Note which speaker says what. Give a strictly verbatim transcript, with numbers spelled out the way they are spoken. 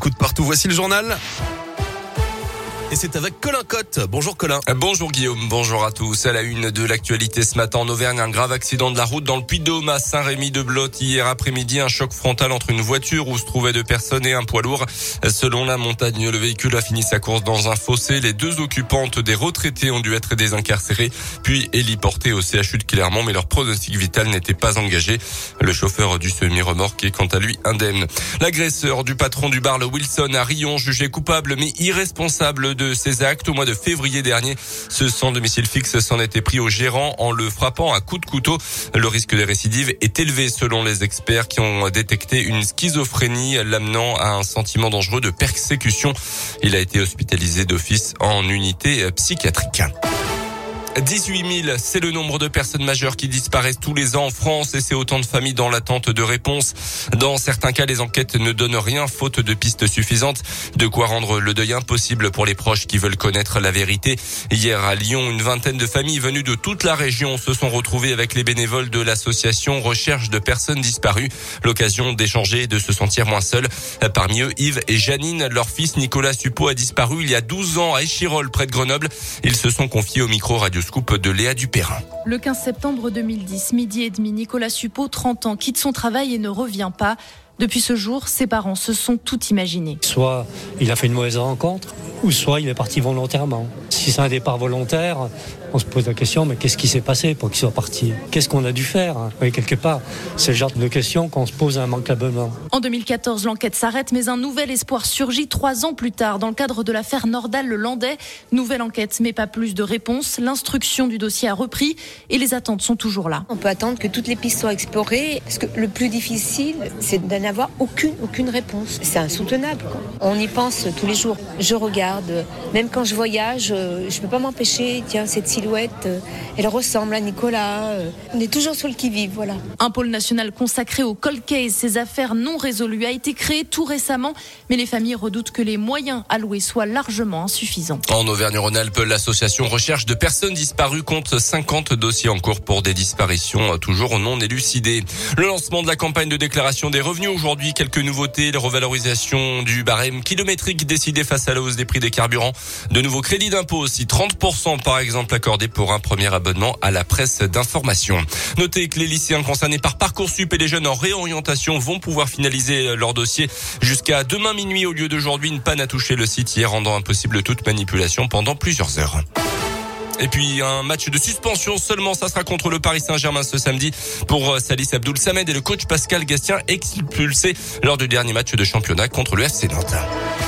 Speaker 1: écoute partout. Voici le journal. Et c'est avec Colin Cotte. Bonjour Colin.
Speaker 2: Bonjour Guillaume, bonjour à tous. À la une de l'actualité ce matin en Auvergne, un grave accident de la route dans le Puy-de-Dôme à Saint-Rémy-de-Blotte. Hier après-midi, un choc frontal entre une voiture où se trouvaient deux personnes et un poids lourd. Selon la montagne, le véhicule a fini sa course dans un fossé. Les deux occupantes des retraités ont dû être désincarcérées, puis héliportées au C H U de Clermont, mais leur pronostic vital n'était pas engagé. Le chauffeur du semi-remorque est quant à lui indemne. L'agresseur du patron du bar Le Wilson à Riom, jugé coupable mais irresponsable de ses actes au mois de février dernier. Ce sans domicile fixe s'en était pris au gérant en le frappant à coups de couteau. Le risque de récidive est élevé selon les experts qui ont détecté une schizophrénie l'amenant à un sentiment dangereux de persécution. Il a été hospitalisé d'office en unité psychiatrique. dix-huit mille, c'est le nombre de personnes majeures qui disparaissent tous les ans en France et c'est autant de familles dans l'attente de réponses. Dans certains cas, les enquêtes ne donnent rien faute de pistes suffisantes. De quoi rendre le deuil impossible pour les proches qui veulent connaître la vérité. Hier à Lyon, une vingtaine de familles venues de toute la région se sont retrouvées avec les bénévoles de l'association Recherche de personnes disparues. L'occasion d'échanger et de se sentir moins seuls. Parmi eux, Yves et Janine, leur fils Nicolas Suppot a disparu il y a douze ans à Échirolles près de Grenoble. Ils se sont confiés au micro radio Scoop de Léa Dupérin.
Speaker 3: Le quinze septembre deux mille dix, midi et demi, Nicolas Suppot, trente ans, quitte son travail et ne revient pas. Depuis ce jour, ses parents se sont tout imaginés.
Speaker 4: Soit il a fait une mauvaise rencontre, ou soit il est parti volontairement. Si c'est un départ volontaire, on se pose la question, mais qu'est-ce qui s'est passé pour qu'il soit parti ? Qu'est-ce qu'on a dû faire ? Oui, quelque part, c'est le genre de questions qu'on se pose immanquablement.
Speaker 3: En deux mille quatorze, l'enquête s'arrête, mais un nouvel espoir surgit trois ans plus tard dans le cadre de l'affaire Nordal-le-Landais. Nouvelle enquête, mais pas plus de réponses. L'instruction du dossier a repris et les attentes sont toujours là.
Speaker 5: On peut attendre que toutes les pistes soient explorées, parce que le plus difficile, c'est de n'avoir aucune, aucune réponse. C'est insoutenable, quoi. On y pense tous les jours. Je regarde, même quand je voyage, je peux pas m'empêcher, tiens, cette silhouette, elle ressemble à Nicolas. On est toujours sur le qui-vive, voilà.
Speaker 3: Un pôle national consacré au cold case, ces affaires non résolues, a été créé tout récemment, mais les familles redoutent que les moyens alloués soient largement insuffisants.
Speaker 2: En Auvergne-Rhône-Alpes, l'association Recherche de personnes disparues compte cinquante dossiers en cours pour des disparitions toujours non élucidées. Le lancement de la campagne de déclaration des revenus aujourd'hui, quelques nouveautés, la revalorisation du barème kilométrique décidé face à la hausse des prix des carburants, de nouveaux crédits d'impôt aussi, trente pour cent par exemple accordés pour un premier abonnement à la presse d'information. Notez que les lycéens concernés par Parcoursup et les jeunes en réorientation vont pouvoir finaliser leur dossier jusqu'à demain minuit au lieu d'aujourd'hui. Une panne a touché le site hier, rendant impossible toute manipulation pendant plusieurs heures. Et puis un match de suspension seulement, ça sera contre le Paris Saint-Germain ce samedi pour Salis Abdoul Samed et le coach Pascal Gastien expulsé lors du dernier match de championnat contre le F C Nantes.